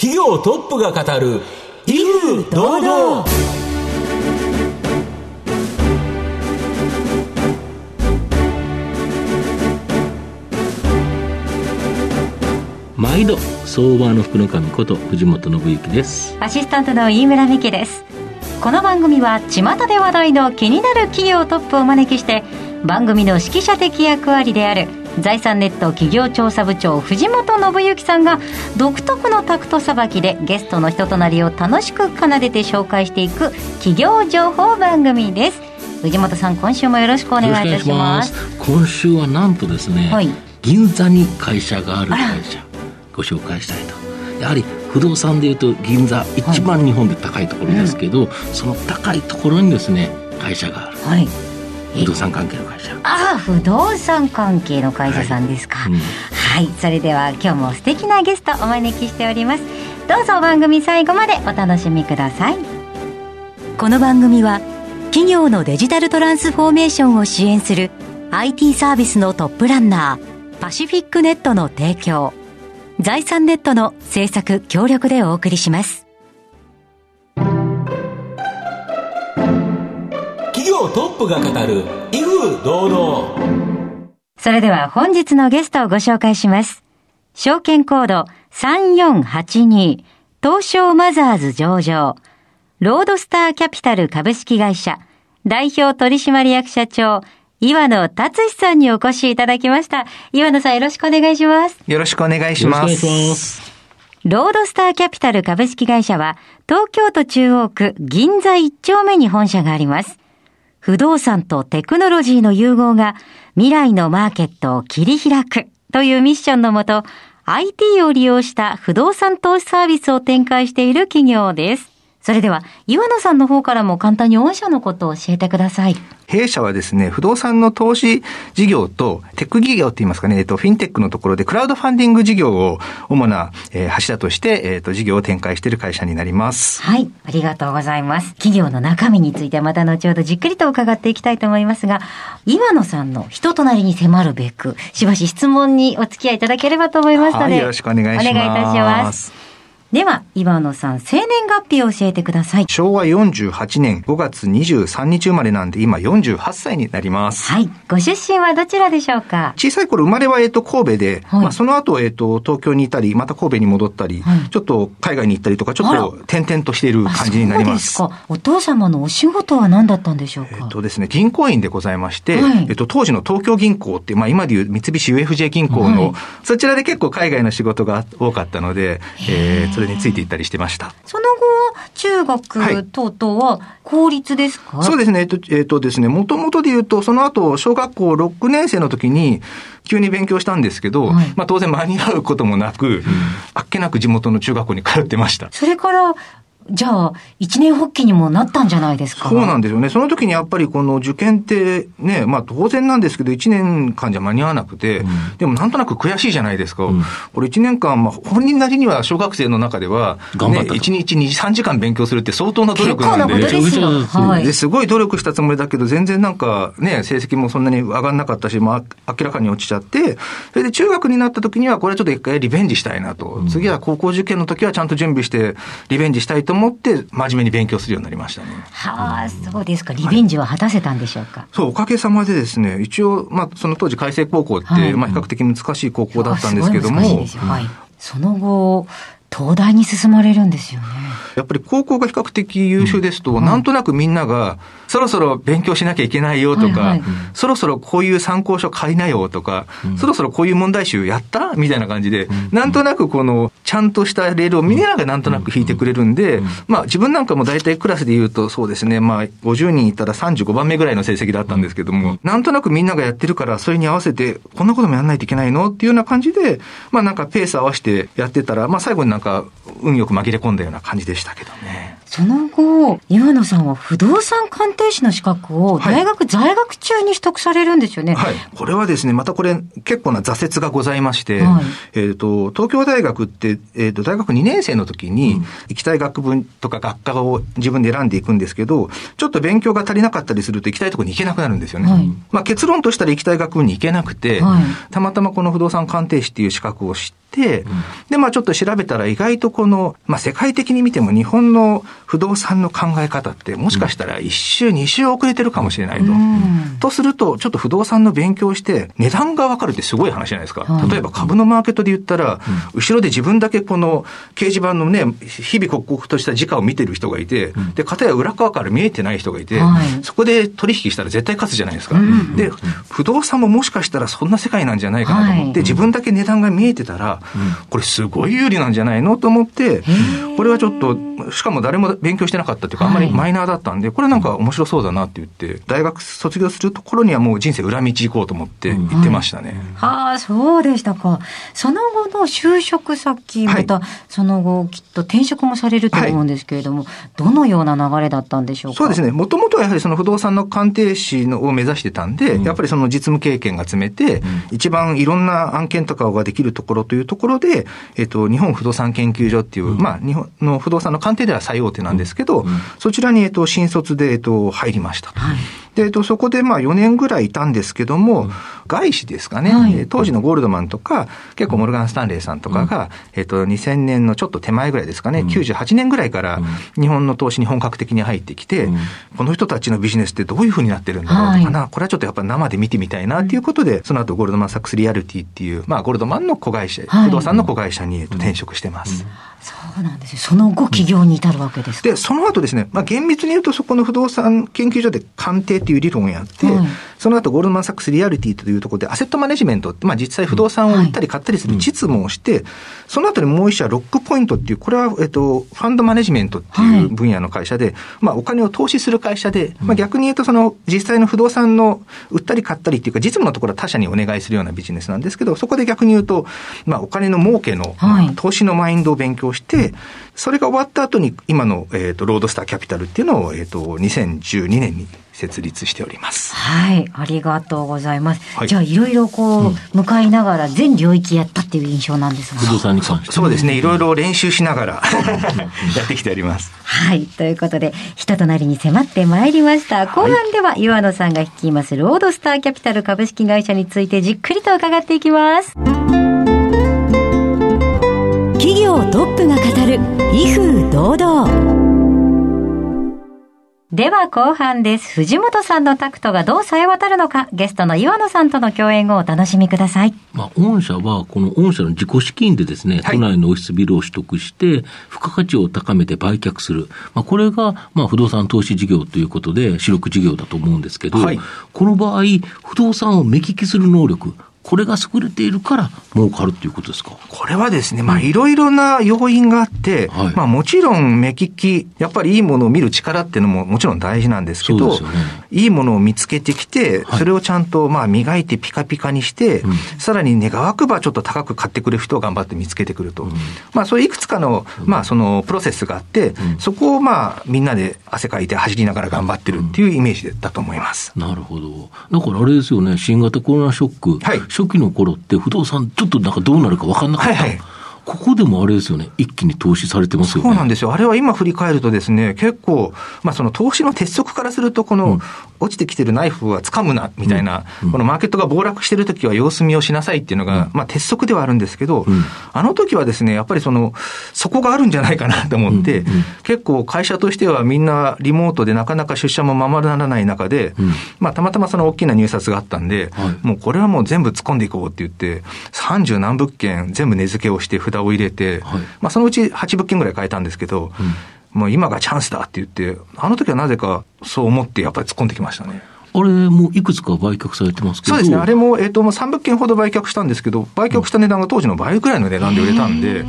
企業トップが語る威風堂々。 毎度相場の福の神こと藤本信之です。 アシスタントの飯村美希です。この番組は巷で話題の気になる企業トップをお招きして、番組の指揮者的役割である財産ネット企業調査部長藤本信之さんが独特のタクトさばきでゲストの人となりを楽しく奏でて紹介していく企業情報番組です。藤本さん、今週もよろしくお願いいたします。 今週はなんとですね、はい、銀座に会社がある会社ご紹介したいと。やはり不動産でいうと銀座一番日本で高いところですけど、その高いところにですね会社がある、はい、不動産関係の会社。 不動産関係の会社さんですか。はい、はい、それでは今日も素敵なゲストお招きしております。どうぞ番組最後までお楽しみください。この番組は企業のデジタルトランスフォーメーションを支援する IT サービスのトップランナーパシフィックネットの提供、財産ネットの制作協力でお送りします。 企業トップが語る威風堂々。 それでは本日のゲストをご紹介します。証券コード3482東証マザーズ上場、ロードスターキャピタル株式会社代表取締役社長岩野達史さんにお越しいただきました。岩野さん、よろしくお願いします。 よろしくお願いします。 ロードスターキャピタル株式会社は東京都中央区銀座1丁目に本社があります。不動産とテクノロジーの融合が未来のマーケットを切り開くというミッションのもと、 IT を利用した不動産投資サービスを展開している企業です。それでは岩野さんの方からも簡単に御社のことを教えてください。 弊社はですね、不動産の投資事業とテック事業って言いますかね、フィンテックのところでクラウドファンディング事業を主な、柱として、事業を展開している会社になります。 はい、ありがとうございます。企業の中身についてはまた後ほどじっくりと伺っていきたいと思いますが、岩野さんの人となりに迫るべく、しばし質問にお付き合いいただければと思いますので、 はい、よろしくお願いします。 お願いいたします。では岩野さん、生年月日を教えてください。 昭和48年5月23日生まれなんで今48歳になります。 はい。ご出身はどちらでしょうか。 小さい頃生まれは神戸で、はい、その後東京にいたりまた神戸に戻ったり、はい、ちょっと海外に行ったりとかちょっと転々としている感じになります。 そうですか。お父様のお仕事は何だったんでしょうか。 ですね、銀行員でございまして、はい、当時の東京銀行って、今でいう三菱 UFJ 銀行の、はい、そちらで結構海外の仕事が多かったので、それについていったりしてました。 その後中学等々は公立ですか。 はい、そうですね。ですね、もともとで言うとその後小学校6年生の時に急に勉強したんですけど、はい、当然間に合うこともなく、あっけなく地元の中学校に通ってました。 それからじゃあ一年発起にもなったんじゃないですか。 そうなんですよね。その時にやっぱりこの受験ってね、当然なんですけど1年間じゃ間に合わなくて、でもなんとなく悔しいじゃないですか。これ1年間、本人なりには小学生の中では、1日2、3時間勉強するって相当な努力なんで、ですごい努力したつもりだけど全然なんかね、成績もそんなに上がんなかったし、明らかに落ちちゃって、それで中学になった時にはこれちょっと一回リベンジしたいなと、次は高校受験の時はちゃんと準備してリベンジしたいと思って真面目に勉強するようになりましたね。 はあ、そうですか。リベンジは果たせたんでしょうか。はい、 そう、おかげさまでですね、一応その当時開成高校って、比較的難しい高校だったんですけども、 はい、その後東大に進まれるんですよね。 やっぱり高校が比較的優秀ですと、なんとなくみんながそろそろ勉強しなきゃいけないよとか、そろそろこういう参考書借りなよとか、そろそろこういう問題集やったみたいな感じで、なんとなくこのちゃんとしたレールをみんながなんとなく引いてくれるんで、自分なんかも大体クラスで言うとそうですね、50人いたら35番目ぐらいの成績だったんですけども、なんとなくみんながやってるからそれに合わせてこんなこともやんないといけないのっていうような感じで、なんかペース合わせてやってたら、最後になんか運よく紛れ込んだような感じでしたけどね。 その後、岩野さんは不動産鑑定士の資格を大学在学中に取得されるんですよね。 はい。これはですね、またこれ結構な挫折がございまして、はい、東京大学って、大学2年生の時に行きたい学部とか学科を自分で選んでいくんですけど、ちょっと勉強が足りなかったりすると行きたいところに行けなくなるんですよね。はい、まあ結論としたら行きたい学部に行けなくて、はい、たまたまこの不動産鑑定士っていう資格を知って、で、まあちょっと調べたら意外とこの、まあ世界的に見ても日本の不動産の考え方ってもしかしたら1週2週遅れてるかもしれないと。とすると、ちょっと不動産の勉強して値段が分かるってすごい話じゃないですか。例えば株のマーケットで言ったら、後ろで自分だけこの掲示板のね、日々刻々とした時価を見てる人がいて、で、片や裏側から見えてない人がいて、そこで取引したら絶対勝つじゃないですか。で、不動産ももしかしたらそんな世界なんじゃないかなと思って、自分だけ値段が見えてたら、これすごい有利なんじゃないのと思って、これはちょっと、しかも誰も勉強してなかったっていうか、あんまりマイナーだったんで、これなんか面白そうだなって言って、大学卒業するところにはもう人生裏道行こうと思って行ってましたね。 はあ、そうでしたか。その後の就職先、またその後きっと転職もされると思うんですけれども、どのような流れだったんでしょうか。 そうですね。もともとはやはりその不動産の鑑定士を目指してたんで、やっぱりその実務経験が積めて、一番いろんな案件とかができるところというところで、日本不動産研究所っていう、まあ日本の不動産の鑑定では最大手なんですけど、そちらに新卒で入りましたと。で、そこでまあ4年ぐらいいたんですけども、外資ですかね、当時のゴールドマンとか、結構モルガン・スタンレーさんとかが、2000年のちょっと手前ぐらいですかね、98年ぐらいから日本の投資に本格的に入ってきて、この人たちのビジネスってどういうふうになってるんだろうとかな、これはちょっとやっぱ生で見てみたいなということで、その後ゴールドマン・サックス・リアルティっていう、まあゴールドマンの子会社、不動産の子会社に転職してます。 そうなんですよ。その後起業に至るわけですか。 で、その後ですね、まあ厳密に言うとそこの不動産研究所で鑑定っていう理論をやって、その後ゴールドマン・サックス・リアルティというところでアセットマネジメントって、まあ実際不動産を売ったり買ったりする実務をして、その後にもう一社ロックポイントっていう、これはファンドマネジメントっていう分野の会社で、まあお金を投資する会社で、まあ逆に言うとその実際の不動産の売ったり買ったりっていうか実務のところは他社にお願いするようなビジネスなんですけど、そこで逆に言うと、まあお金の儲けの、まあ投資のマインドを勉強して、それが終わった後に今の、ロードスターキャピタルっていうのを、2012年に設立しております。 はい、ありがとうございます。はい、じゃあいろいろこう、向かいながら全領域やったっていう印象なんですが。 不動産に関して。 そうですね。いろいろ練習しながらやってきております。 はい。ということで、人となりに迫ってまいりました。後半では岩野さんが率いますロードスターキャピタル株式会社についてじっくりと伺っていきます。企業トップが語る威風堂々。では後半です。藤本さんのタクトがどう冴え渡るのか、ゲストの岩野さんとの共演をお楽しみください。 まあ、御社はこの御社の自己資金でですね、都内のオフィスビルを取得して付加価値を高めて売却する、まあ、これがまあ不動産投資事業ということで主力事業だと思うんですけど、この場合不動産を目利きする能力、これが優れているから儲かるということですか。 これはですね、まあいろいろな要因があって、まあもちろん目利き、やっぱりいいものを見る力っていうのももちろん大事なんですけど、いいものを見つけてきて、それをちゃんとまあ磨いてピカピカにして、さらに願わくばちょっと高く買ってくれる人を頑張って見つけてくると。まあそういういくつかの、まあそのプロセスがあって、そこをまあみんなで汗かいて走りながら頑張ってるっていうイメージだと思います。 なるほど。だからあれですよね、新型コロナショック。初期の頃って不動産ちょっとなんかどうなるか分かんなかった。ここでもあれですよね、一気に投資されてますよね。 そうなんですよ。あれは今振り返るとですね、結構、まあその投資の鉄則からすると、この落ちてきてるナイフは掴むな、みたいな、このマーケットが暴落してるときは様子見をしなさいっていうのが、まあ鉄則ではあるんですけど、あの時はですね、やっぱりそこがあるんじゃないかなと思って、結構会社としてはみんなリモートでなかなか出社もままならない中で、まあたまたまその大きな入札があったんで、もうこれはもう全部突っ込んでいこうって言って、30何物件全部値付けをして札を入れて、まあそのうち8物件ぐらい買えたんですけど、もう今がチャンスだって言って、あの時はなぜかそう思ってやっぱり突っ込んできましたね。 あれもいくつか売却されてますけど。 そうですね。あれも、もう3物件ほど売却したんですけど、売却した値段が当時の倍ぐらいの値段で売れたんで、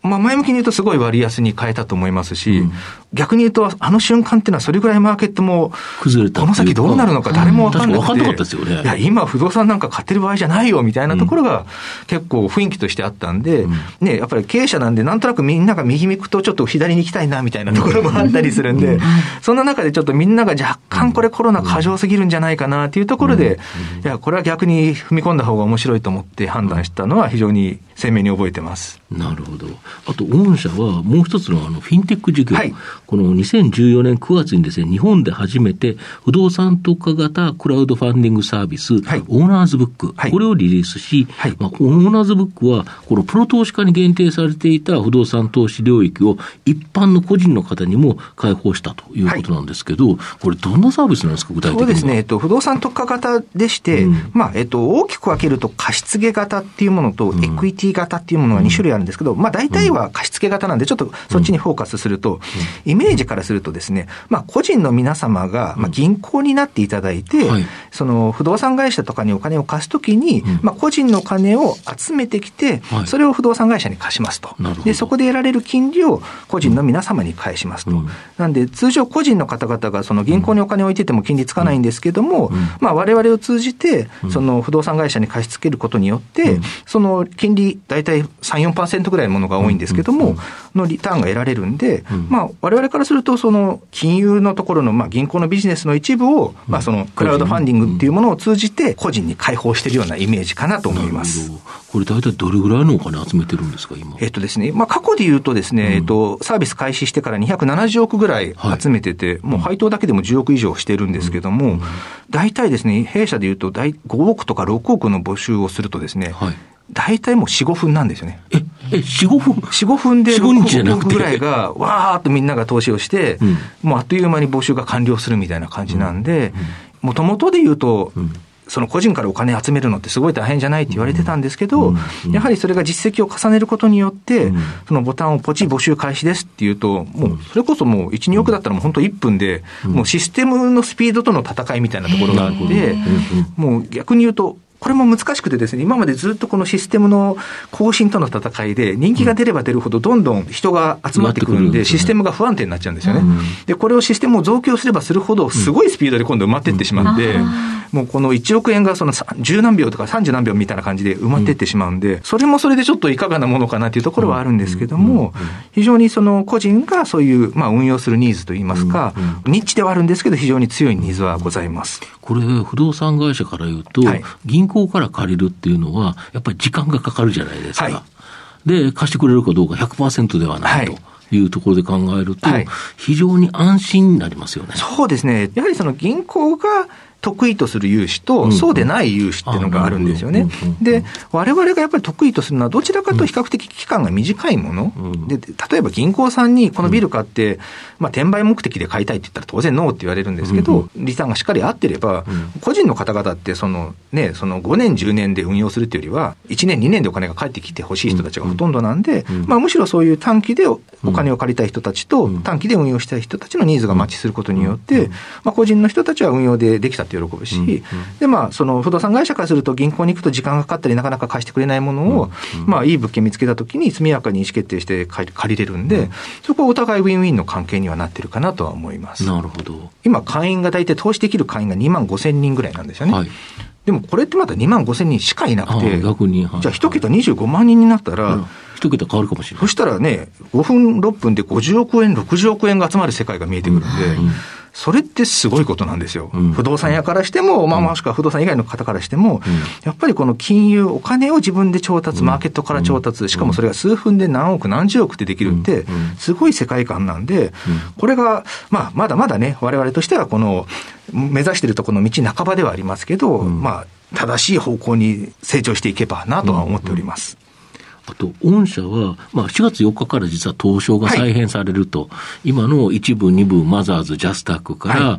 前向きに言うとすごい割安に変えたと思いますし、逆に言うとあの瞬間っていうのはそれぐらいマーケットも崩れた、この先どうなるのか誰も分かんなくて、 分かんなかったですよね。 いや今不動産なんか買ってる場合じゃないよみたいなところが結構雰囲気としてあったんで、ね、やっぱり経営者なんでなんとなくみんなが右向くとちょっと左に行きたいなみたいなところもあったりするんで、そんな中でちょっとみんなが若干これコロナ過剰すぎるんじゃないかなっていうところで、いやこれは逆に踏み込んだ方が面白いと思って判断したのは非常に鮮明に覚えてます。 なるほど。あと御社はもう一つのフィンテック事業、この2014年9月にですね、日本で初めて不動産特化型クラウドファンディングサービス、オーナーズブック、これをリリースし、このオーナーズブックはこのプロ投資家に限定されていた不動産投資領域を一般の個人の方にも開放したということなんですけど、これどんなサービスなんですか、具体的には。 そうですね、不動産特化型でして、大きく分けると貸付型っていうものとエクイティ型っていうものが2種類あるんですけど、大体は貸付型なんでちょっとそっちにフォーカスすると、イメージからするとですね、個人の皆様が銀行になっていただいて、その不動産会社とかにお金を貸すときに、個人の金を集めてきて、それを不動産会社に貸しますと。でそこで得られる金利を個人の皆様に返しますと。なんで通常個人の方々がその銀行にお金を置いてても金利つかないんですけども、我々を通じてその不動産会社に貸し付けることによって、その金利大体 3-4% ぐらいのものが多いんですけども、のリターンが得られるんで、我々からするとその金融のところの銀行のビジネスの一部をそのクラウドファンディングっていうものを通じて個人に開放しているようなイメージかなと思います。 これ大体どれぐらいのお金集めてるんですか今。 ですね、過去で言うとですね、サービス開始してから270億ぐらい集めてて、もう配当だけでも10億以上してるんですけども、大体ですね、弊社で言うと5億とか6億の募集をするとですね、大体もう 4,5 分なんですよね。 4,5 分 ?4,5 分で6億ぐらいがわーっとみんなが投資をして、もうあっという間に募集が完了するみたいな感じなんで、もともとで言うと、その個人からお金集めるのってすごい大変じゃないって言われてたんですけど、やはりそれが実績を重ねることによって、そのボタンをポチ募集開始ですっていうと、もうそれこそもう 1,2 億だったらもう本当1分で、もうシステムのスピードとの戦いみたいなところがあって、もう逆に言うと、これも難しくてですね、今までずっとこのシステムの更新との戦いで、人気が出れば出るほどどんどん人が集まってくるんで、システムが不安定になっちゃうんですよね。で、これをシステムを増強すればするほど、すごいスピードで今度埋まっていってしまって、もうこの1億円がその10何秒とか30何秒みたいな感じで埋まっていってしまうんで、それもそれでちょっといかがなものかなというところはあるんですけども、非常にその個人がそういう運用するニーズといいますか、ニッチではあるんですけど非常に強いニーズはございます。 これ不動産会社から言うと、銀行から借りるっていうのはやっぱり時間がかかるじゃないですか。で貸してくれるかどうか 100% ではないと。いうところで考えると、非常に安心になりますよね。 そうですね。やはりその銀行が得意とする融資と、そうでない融資っていうのがあるんですよね。で、我々がやっぱり得意とするのは、どちらかと比較的期間が短いもの。で、例えば銀行さんにこのビル買って、転売目的で買いたいって言ったら当然ノーって言われるんですけど、リターンがしっかり合ってれば、個人の方々ってその5年10年で運用するっていうよりは、1年2年でお金が返ってきてほしい人たちがほとんどなんで、むしろそういう短期でお金を借りたい人たちと、短期で運用したい人たちのニーズがマッチすることによって、個人の人たちは運用でできたって喜ぶし、でその不動産会社からすると銀行に行くと時間がかかったりなかなか貸してくれないものを、いい物件見つけたときに速やかに意思決定して借りれるんで、そこはお互いウィンウィンの関係にはなってるかなとは思います。 なるほど。 今会員が大体投資できる会員が25,000人ぐらいなんですよね。でもこれってまだ25,000人しかいなくて、 逆に、 じゃあ1桁25万人になったら、 1桁変わるかもしれない。 そしたらね、5分6分で50億円60億円が集まる世界が見えてくるんで、それってすごいことなんですよ。不動産屋からしても、もしくは不動産以外の方からしても、やっぱりこの金融、お金を自分で調達、マーケットから調達、しかもそれが数分で何億何十億ってできるって、すごい世界観なんで、これが、まだまだね、我々としてはこの、目指しているところの道半ばではありますけど、正しい方向に成長していけばなとは思っております。 あと、御社は、4月4日から実は東証が再編されると、今の一部、二部、マザーズ、ジャスタックから、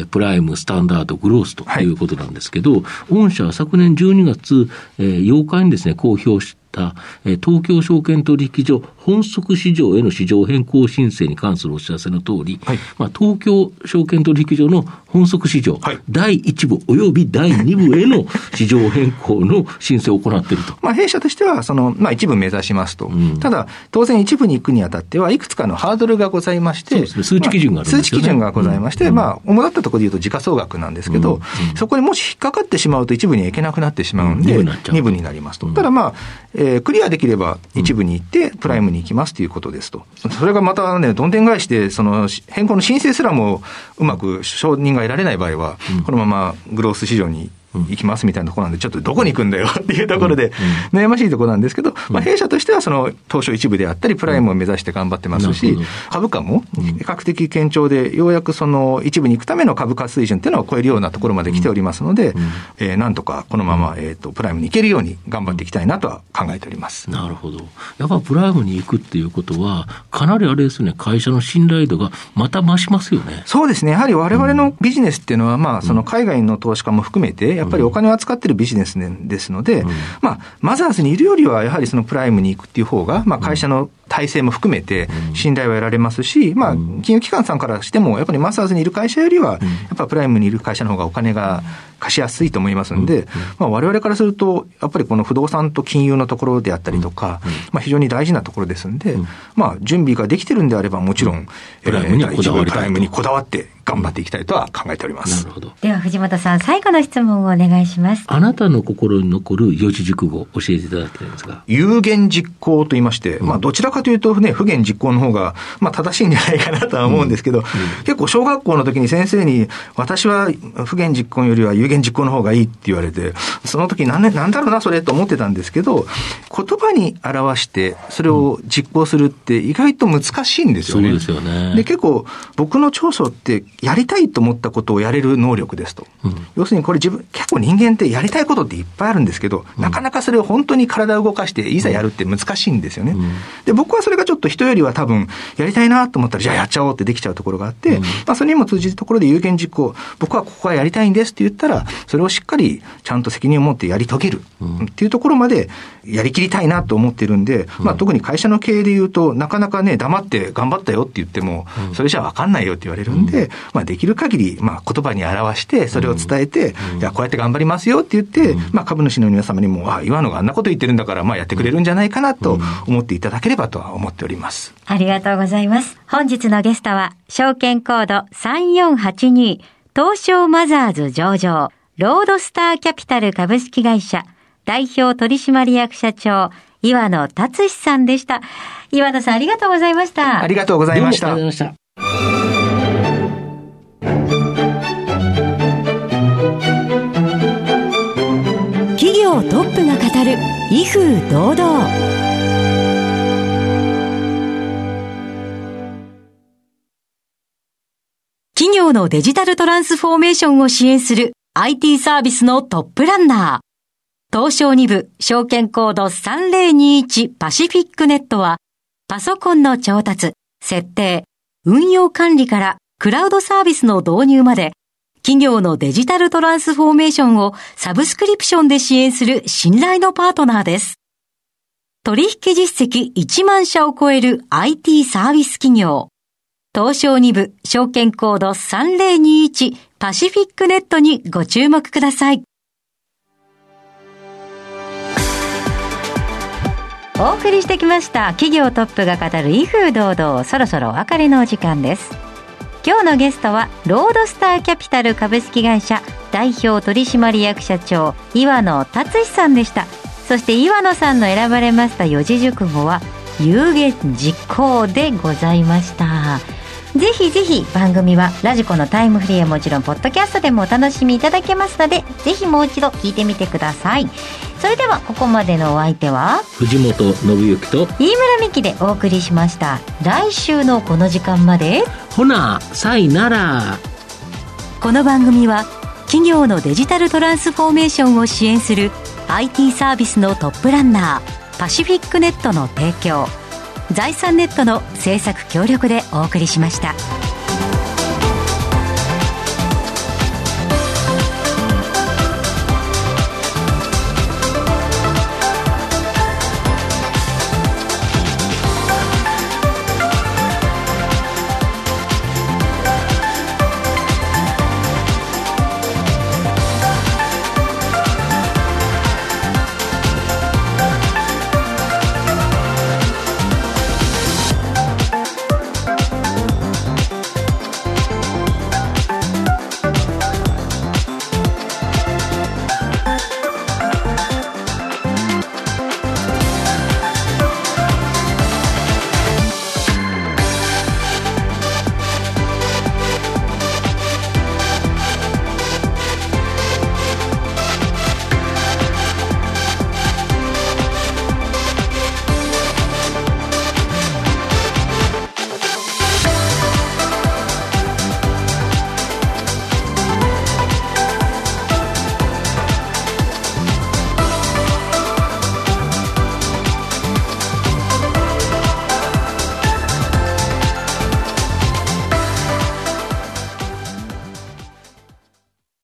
プライム、スタンダード、グロースということなんですけど、御社は昨年12月、8日にですね、公表した、東京証券取引所本則市場への市場変更申請に関するお知らせの通り、はい、東京証券取引所の本則市場、はい、第1部及び第2部への市場変更の申請を行っていると。 弊社としては一部目指しますと、ただ当然一部に行くにあたってはいくつかのハードルがございまして、 そうですね、数値基準があるんですよね。 数値基準がございまして、主だったところでいうと時価総額なんですけど、そこにもし引っかかってしまうと一部には行けなくなってしまうんで、2部になりますと。ただクリアできれば一部に行ってプライムに行きますということですと。それがまたね、どんでん返しで変更の申請すらもうまく承認が得られない場合は、このままグロース市場に行きますみたいなところなんで、ちょっとどこに行くんだよっていうところで悩ましいところなんですけど、弊社としては東証一部であったりプライムを目指して頑張ってますし、株価も比較的堅調で、ようやく一部に行くための株価水準っていうのを超えるようなところまで来ておりますので、なんとかこのままプライムに行けるように頑張っていきたいなとは考えております。 なるほど。やっぱプライムに行くっていうことはかなりあれですね、会社の信頼度がまた増しますよね。 そうですね。やはり我々のビジネスっていうのは、海外の投資家も含めてやっぱりお金を扱っているビジネスですので、マザーズにいるよりはやはりプライムに行くっていう方が、会社の体制も含めて信頼は得られますし、金融機関さんからしてもやっぱりマザーズにいる会社よりはやっぱプライムにいる会社の方がお金が貸しやすいと思いますので、我々からするとやっぱりこの不動産と金融のところであったりとか、非常に大事なところですので、準備ができてるんであればもちろんプライムにこだわって頑張っていきたいとは考えております。 なるほど。 では藤本さん、最後の質問をお願いします。 あなたの心に残る四字熟語教えていただきたいんですが。 有言実行と言いまして、どちらかというとね、不言実行の方が正しいんじゃないかなとは思うんですけど、結構小学校の時に先生に私は不言実行よりは有言実行の方がいいって言われて、その時なんだろうなそれと思ってたんですけど、言葉に表してそれを実行するって意外と難しいんですよね。 そうですよね。 で、結構僕の長所ってやりたいと思ったことをやれる能力ですと。要するにこれ結構人間ってやりたいことっていっぱいあるんですけど、なかなかそれを本当に体を動かしていざやるって難しいんですよね。で、僕はそれがちょっと人よりは多分やりたいなと思ったらじゃあやっちゃおうってできちゃうところがあって、それにも通じるところで有言実行、僕はここはやりたいんですって言ったら、それをしっかりちゃんと責任を持ってやり遂げるっていうところまでやりきりたいなと思ってるんで、特に会社の経営で言うとなかなかね、黙って頑張ったよって言ってもそれじゃ分かんないよって言われるんで、できる限り言葉に表してそれを伝えて、いやこうやって頑張りますよって言って、株主の皆様にも岩野があんなこと言ってるんだからやってくれるんじゃないかなと思っていただければとは思っております。 ありがとうございます。本日のゲストは証券コード3482東証マザーズ上場ロードスターキャピタル株式会社代表取締役社長岩野達史さんでした。岩野さん、ありがとうございました。 ありがとうございました。 ありがとうございました。 企業トップが語る威風堂々。企業のデジタルトランスフォーメーションを支援する IT サービスのトップランナー。東証2部証券コード3021パシフィックネットは、パソコンの調達、設定、運用管理からクラウドサービスの導入まで、企業のデジタルトランスフォーメーションをサブスクリプションで支援する信頼のパートナーです。取引実績1万社を超える IT サービス企業。東証2部証券コード3021パシフィックネットにご注目ください。 お送りしてきました企業トップが語る威風堂々、そろそろお別れのお時間です。今日のゲストはロードスターキャピタル株式会社代表取締役社長岩野達史さんでした。そして岩野さんの選ばれました四字熟語は有言実行でございました。ぜひぜひ番組はラジコのタイムフリーはもちろんポッドキャストでもお楽しみいただけますので、ぜひもう一度聞いてみてください。それではここまでのお相手は藤本信之と飯村美希でお送りしました。来週のこの時間までほなさいなら。 この番組は企業のデジタルトランスフォーメーションを支援する IT サービスのトップランナーパシフィックネットの提供、財産ネットの制作協力でお送りしました。